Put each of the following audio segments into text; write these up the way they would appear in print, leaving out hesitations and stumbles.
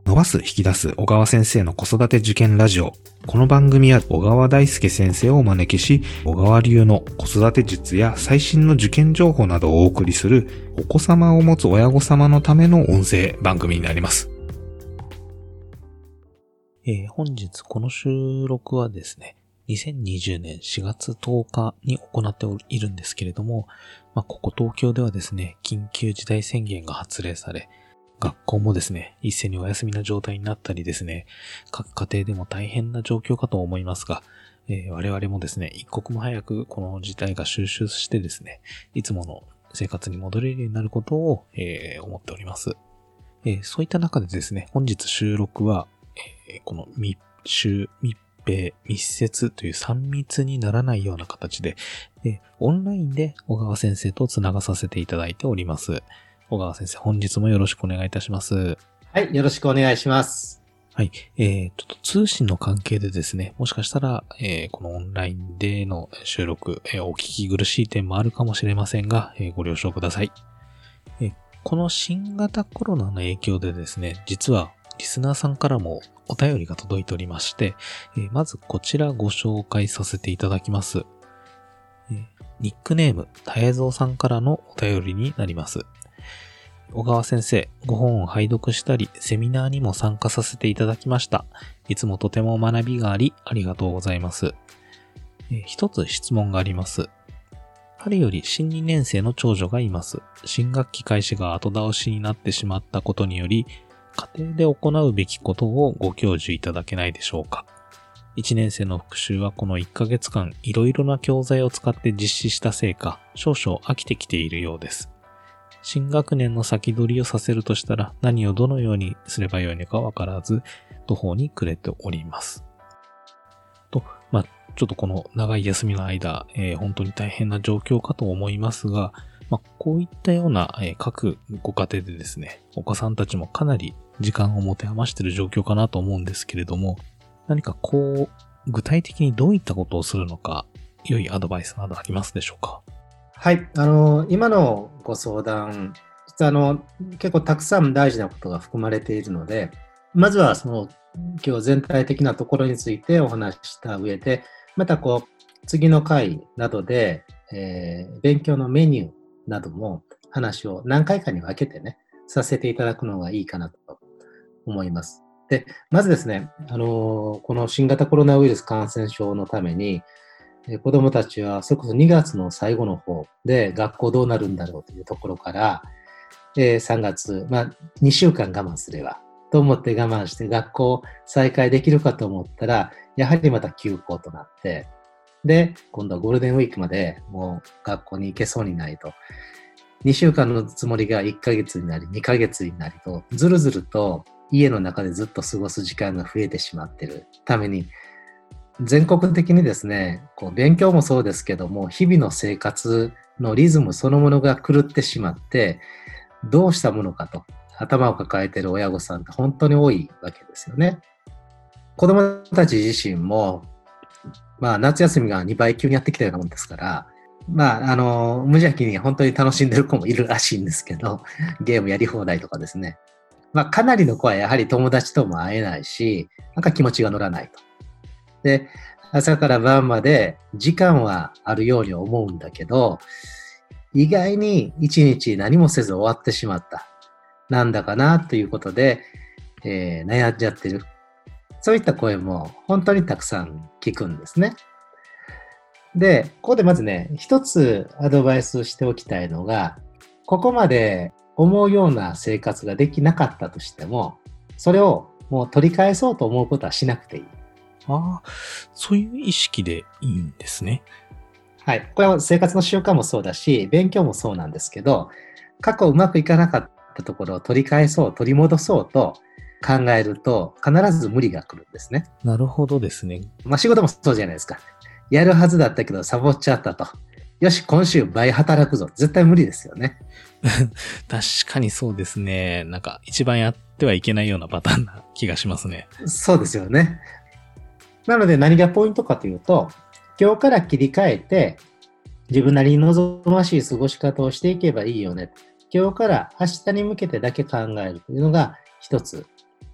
伸ばす引き出す小川先生の子育て受験ラジオ。この番組は小川大輔先生をお招きし、小川流の子育て術や最新の受験情報などをお送りするお子様を持つ親御様のための音声番組になります。本日この収録はですね、2020年4月10日に行っているんですけれども、ここ東京ではですね、緊急事態宣言が発令され、学校もですね、一斉にお休みな状態になったりですね、各家庭でも大変な状況かと思いますが、我々もですね、一刻も早くこの事態が収拾してですね、いつもの生活に戻れるようになることを、思っております。そういった中でですね、本日収録は、この密集、密閉、密接という3密にならないような形で、オンラインで小川先生とつながさせていただいております。小川先生、本日もよろしくお願いいたします。 はい、よろしくお願いします。 はい、ちょっと通信の関係でですね、もしかしたら、このオンラインでの収録、お聞き苦しい点もあるかもしれませんが、ご了承ください。この新型コロナの影響でですね、実はリスナーさんからもお便りが届いておりまして、まずこちらご紹介させていただきます。ニックネーム、たえぞうさんからのお便りになります。小川先生、ご本を拝読したり、セミナーにも参加させていただきました。いつもとても学びがあり、ありがとうございます。一つ質問があります。春より新2年生の長女がいます。新学期開始が後倒しになってしまったことにより、家庭で行うべきことをご教授いただけないでしょうか。1年生の復習はこの1ヶ月間、いろいろな教材を使って実施したせいか、少々飽きてきているようです。新学年の先取りをさせるとしたら何をどのようにすればよいのかわからず途方に暮れております。と、ちょっとこの長い休みの間、本当に大変な状況かと思いますが、こういったような、各ご家庭でですね、お子さんたちもかなり時間を持て余している状況かなと思うんですけれども、何か具体的にどういったことをするのか、良いアドバイスなどありますでしょうか？ はい、今のご相談、実は結構たくさん大事なことが含まれているので、まずは今日全体的なところについてお話しした上で、また次の回などで、勉強のメニューなども話を何回かに分けてね、させていただくのがいいかなと思います。で、まずですね、この新型コロナウイルス感染症のために、子どもたちはそれこそ2月の最後の方で学校どうなるんだろうというところから、3月、2週間我慢すればと思って我慢して学校再開できるかと思ったら、やはりまた休校となって、で、今度はゴールデンウィークまでもう学校に行けそうにないと。2週間のつもりが1ヶ月になり、2ヶ月になりと、ずるずると家の中でずっと過ごす時間が増えてしまっているために、全国的にですね、勉強もそうですけども、日々の生活のリズムそのものが狂ってしまって、どうしたものかと頭を抱えている親御さんって本当に多いわけですよね。子どもたち自身も、夏休みが2倍級にやってきたようなもんですから、無邪気に本当に楽しんでる子もいるらしいんですけど、ゲームやり放題とかですね。かなりの子はやはり友達とも会えないし、なんか気持ちが乗らないと。で、朝から晩まで時間はあるように思うんだけど、意外に一日何もせず終わってしまった。なんだかなということで、悩んじゃってる。そういった声も本当にたくさん聞くんですね。で、ここでまずね、一つアドバイスしておきたいのが、ここまで思うような生活ができなかったとしても、それをもう取り返そうと思うことはしなくていい。 そういう意識でいいんですね。 はい。これは生活の習慣もそうだし、勉強もそうなんですけど、過去うまくいかなかったところを取り返そう、取り戻そうと考えると、必ず無理が来るんですね。 なるほどですね。 仕事もそうじゃないですか。やるはずだったけどサボっちゃったと。よし、今週倍働くぞ。絶対無理ですよね。 確かにそうですね。なんか一番やってはいけないようなパターンな気がしますね。 そうですよね。なので何がポイントかというと、今日から切り替えて自分なりに望ましい過ごし方をしていけばいいよね。今日から明日に向けてだけ考えるというのが一つ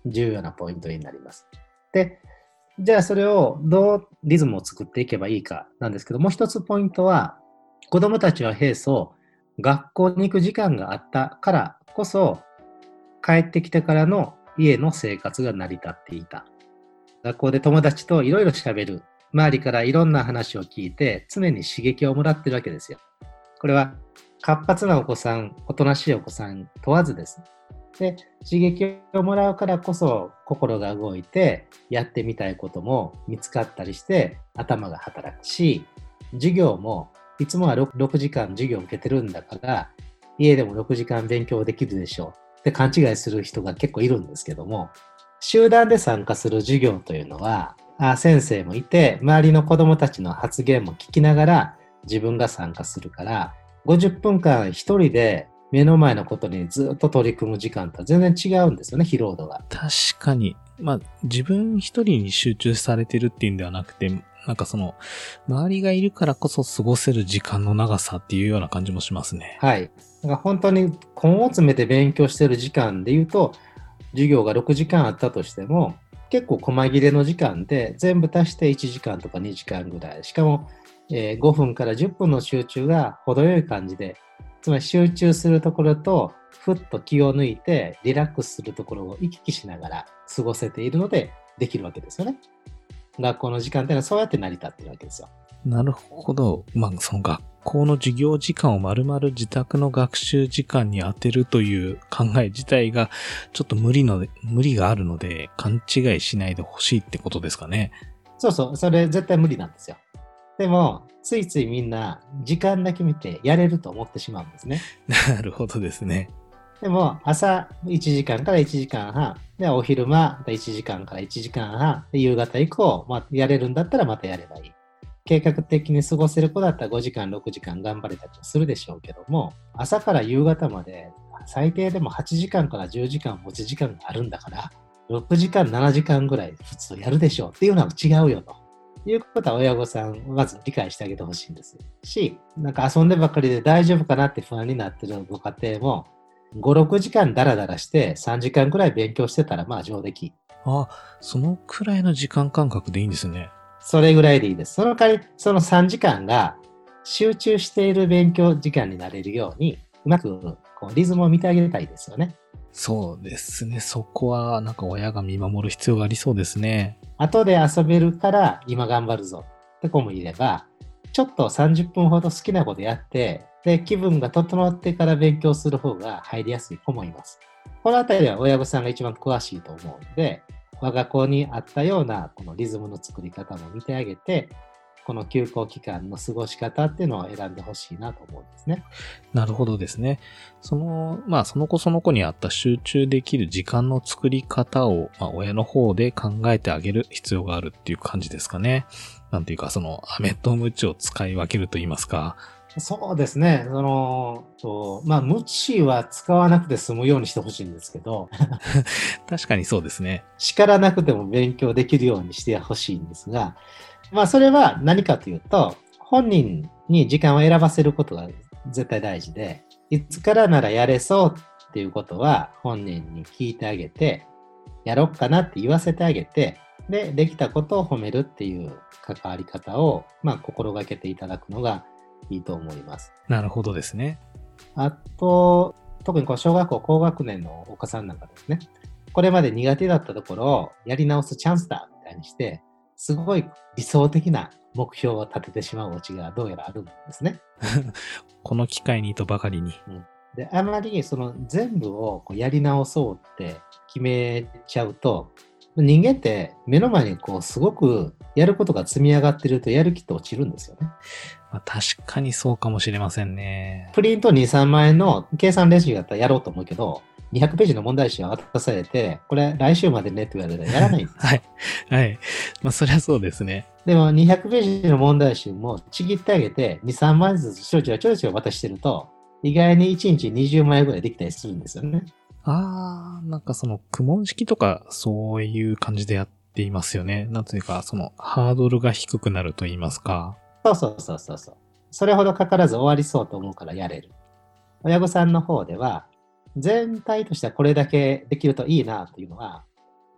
重要なポイントになります。で、じゃあそれをどうリズムを作っていけばいいかなんですけど、もう一つポイントは、子供たちは平素、学校に行く時間があったからこそ、帰ってきてからの家の生活が成り立っていた。学校で友達といろいろ喋る。周りからいろんな話を聞いて、常に刺激をもらってるわけですよ。これは活発なお子さん、おとなしいお子さん問わずです。で、刺激をもらうからこそ心が動いて、やってみたいことも見つかったりして頭が働くし、授業もいつもは 6時間授業を受けてるんだから、家でも6時間勉強できるでしょうって勘違いする人が結構いるんですけども、集団で参加する授業というのは、先生もいて、周りの子どもたちの発言も聞きながら自分が参加するから、50分間一人で目の前のことにずっと取り組む時間とは全然違うんですよね、疲労度が。 確かに。自分一人に集中されてるっていうんではなくて、周りがいるからこそ過ごせる時間の長さっていうような感じもしますね。 はい。だから本当に根を詰めて勉強してる時間で言うと、授業が6時間あったとしても、結構細切れの時間で全部足して1時間とか2時間ぐらい。しかも、5分から10分の集中が程よい感じで、つまり集中するところと、ふっと気を抜いてリラックスするところを行き来しながら過ごせているのでできるわけですよね。学校の時間っていうのはそうやって成り立ってるわけですよ。 なるほど。その学校の授業時間を丸々自宅の学習時間に当てるという考え自体がちょっと無理があるので勘違いしないでほしいってことですかね。 そうそう、それ絶対無理なんですよ。でも、ついついみんな時間だけ見てやれると思ってしまうんですね。 なるほどですね。 でも、朝1時間から1時間半、で、お昼間1時間から1時間半、で、夕方以降、やれるんだったらまたやればいい。計画的に過ごせる子だったら5時間、6時間頑張れたりもするでしょうけども、朝から夕方まで最低でも8時間から10時間持ち時間があるんだから、6時間、7時間ぐらい普通やるでしょうっていうのは違うよと。いうことは親御さん、まず理解してあげてほしいんですし、遊んでばっかりで大丈夫かなって不安になってるご家庭も、5、6時間ダラダラして3時間くらい勉強してたら上出来。 そのくらいの時間感覚でいいんですね。 それぐらいでいいです。その代わり、その3時間が集中している勉強時間になれるように、うまくリズムを見てあげたいですよね。 そうですね。そこは親が見守る必要がありそうですね。 後で遊べるから今頑張るぞって子もいれば、ちょっと30分ほど好きなことやって、で、気分が整ってから勉強する方が入りやすい子もいます。このあたりは親御さんが一番詳しいと思うので、我が子に合ったようなこのリズムの作り方も見てあげて、この休校期間の過ごし方っていうのを選んでほしいなと思うんですね。 なるほどですね。その子その子に合った集中できる時間の作り方を、親の方で考えてあげる必要があるっていう感じですかね。なんていうか、飴と鞭を使い分けると言いますか。 そうですね。鞭は使わなくて済むようにしてほしいんですけど。 確かにそうですね。 叱らなくても勉強できるようにしてほしいんですが、それは何かというと、本人に時間を選ばせることが絶対大事で、いつからならやれそうっていうことは本人に聞いてあげて、やろっかなって言わせてあげて、できたことを褒めるっていう関わり方を、心がけていただくのがいいと思います。 なるほどですね。 あと、特に小学校高学年のお子さんなんかですね、これまで苦手だったところをやり直すチャンスだみたいにして、すごい理想的な目標を立ててしまうお家がどうやらあるんですね。 この機会にとばかりに。 で、あまり全部をやり直そうって決めちゃうと、人間って目の前にすごくやることが積み上がってるとやる気って落ちるんですよね。 確かにそうかもしれませんね。 プリント2、3万円の計算練習だったらやろうと思うけど、200ページの問題集が渡されて、これ来週までねって言われたらやらないんですよ。 はい。はい。そりゃそうですね。 でも200ページの問題集もちぎってあげて、2、3万円ずつちょいちょい渡してると、意外に1日20万円ぐらいできたりするんですよね。 苦問式とかそういう感じでやっていますよね。なんというか、ハードルが低くなると言いますか。 そう。それほどかからず終わりそうと思うからやれる。親御さんの方では、全体としてはこれだけできるといいなというのは、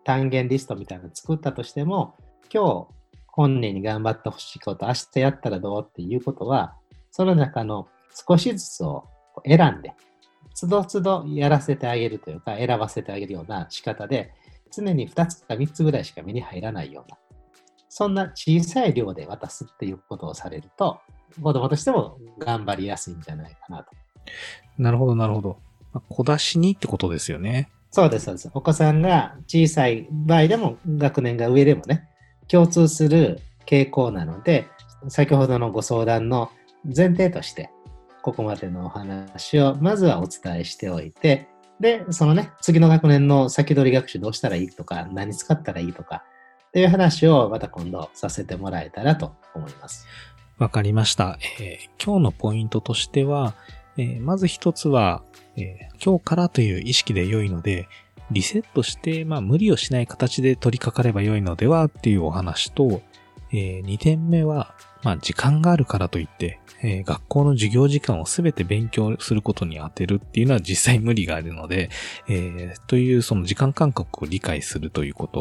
単元リストみたいなの作ったとしても、今日本人に頑張ってほしいこと、明日やったらどうっていうことは、その中の少しずつを選んで、都度都度やらせてあげるというか、選ばせてあげるような仕方で、常に2つか3つぐらいしか目に入らないような、そんな小さい量で渡すっていうことをされると、子供としても頑張りやすいんじゃないかなと。 なるほど、なるほど。小出しにってことですよね。 そうです、そうです。お子さんが小さい場合でも、学年が上でもね、共通する傾向なので、先ほどのご相談の前提として、ここまでのお話をまずはお伝えしておいて、で、そのね、次の学年の先取り学習どうしたらいいとか、何使ったらいいとか、っていう話をまた今度させてもらえたらと思います。 わかりました。今日のポイントとしては、まず一つは、今日からという意識で良いので、リセットして、無理をしない形で取り掛かれば良いのではっていうお話と、2点目は、時間があるからといって、学校の授業時間をすべて勉強することに当てるっていうのは実際無理があるので、というその時間感覚を理解するということ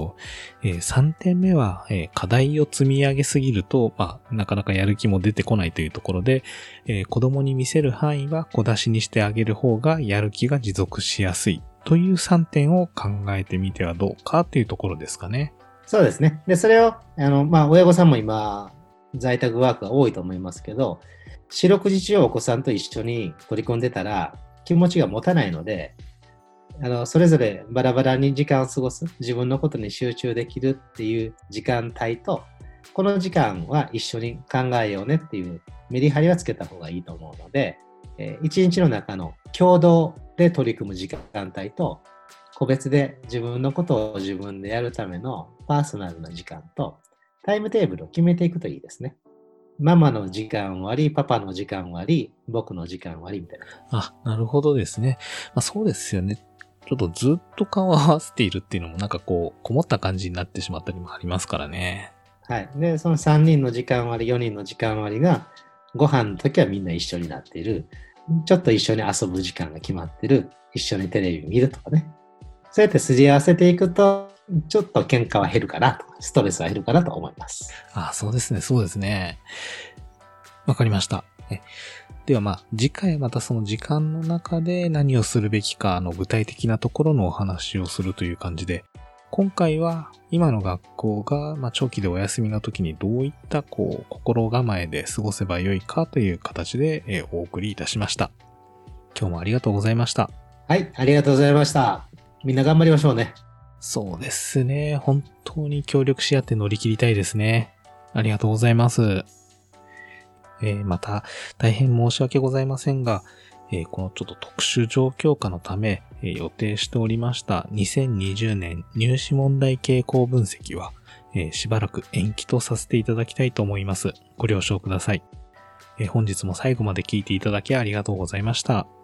。3点目は、課題を積み上げすぎると、なかなかやる気も出てこないというところで、子供に見せる範囲は小出しにしてあげる方がやる気が持続しやすいという3点を考えてみてはどうかというところですかね。 そうですね。で、それを、親御さんも今、在宅ワークが多いと思いますけど、四六時中お子さんと一緒に取り組んでたら気持ちが持たないので、それぞれバラバラに時間を過ごす、自分のことに集中できるっていう時間帯と、この時間は一緒に考えようねっていうメリハリはつけた方がいいと思うので、一日の中の共同で取り組む時間帯と、個別で自分のことを自分でやるためのパーソナルな時間と、タイムテーブルを決めていくといいですね。ママの時間割り、パパの時間割り、僕の時間割りみたいな。 なるほどですね。そうですよね。ちょっとずっと顔を合わせているっていうのもこもった感じになってしまったりもありますからね。 はい。で、その3人の時間割り、4人の時間割りが、ご飯の時はみんな一緒になっている。ちょっと一緒に遊ぶ時間が決まってる。一緒にテレビ見るとかね。そうやってすり合わせていくと、ちょっと喧嘩は減るかなと、ストレスは減るかなと思います。 そうですね、そうですね。わかりました。では次回またその時間の中で何をするべきかの具体的なところのお話をするという感じで、今回は今の学校が長期でお休みの時にどういった心構えで過ごせばよいかという形でお送りいたしました。今日もありがとうございました。 はい、ありがとうございました。みんな頑張りましょうね。 そうですね。本当に協力し合って乗り切りたいですね。ありがとうございます。また、大変申し訳ございませんが、このちょっと特殊状況下のため、予定しておりました2020年入試問題傾向分析は、しばらく延期とさせていただきたいと思います。ご了承ください。本日も最後まで聞いていただきありがとうございました。